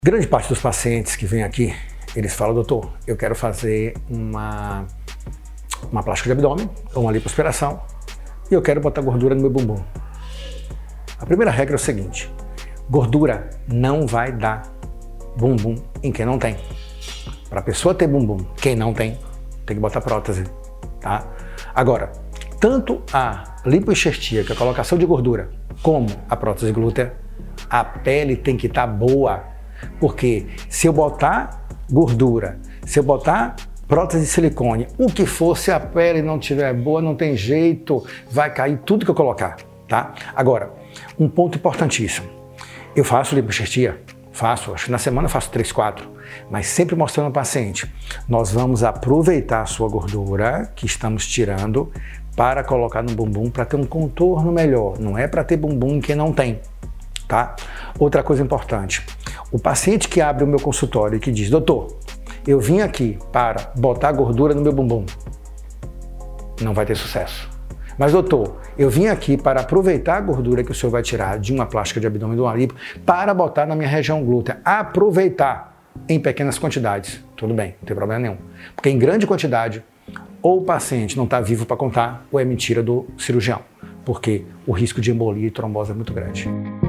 Grande parte dos pacientes que vêm aqui, eles falam: doutor, eu quero fazer uma plástica de abdômen ou uma lipoaspiração e eu quero botar gordura no meu bumbum. A primeira regra é o seguinte: gordura não vai dar bumbum em quem não tem. Para a pessoa ter bumbum, quem não tem que botar prótese, tá? Agora, tanto a lipoenxertia, que é a colocação de gordura, como a prótese glútea, a pele tem que estar boa. Porque se eu botar gordura, se eu botar prótese de silicone, o que for, se a pele não estiver boa, não tem jeito, vai cair tudo que eu colocar, tá? Agora, um ponto importantíssimo. Eu faço lipoenxertia? Faço, acho que na semana eu faço 3, 4, mas sempre mostrando ao paciente, nós vamos aproveitar a sua gordura que estamos tirando para colocar no bumbum para ter um contorno melhor, não é para ter bumbum em quem não tem, tá? Outra coisa importante, o paciente que abre o meu consultório e que diz: doutor, eu vim aqui para botar gordura no meu bumbum, não vai ter sucesso. Mas doutor, eu vim aqui para aproveitar a gordura que o senhor vai tirar de uma plástica de abdômen, de uma lipo, para botar na minha região glútea. Aproveitar em pequenas quantidades. Tudo bem, não tem problema nenhum. Porque em grande quantidade, ou o paciente não está vivo para contar, ou é mentira do cirurgião. Porque o risco de embolia e trombose é muito grande.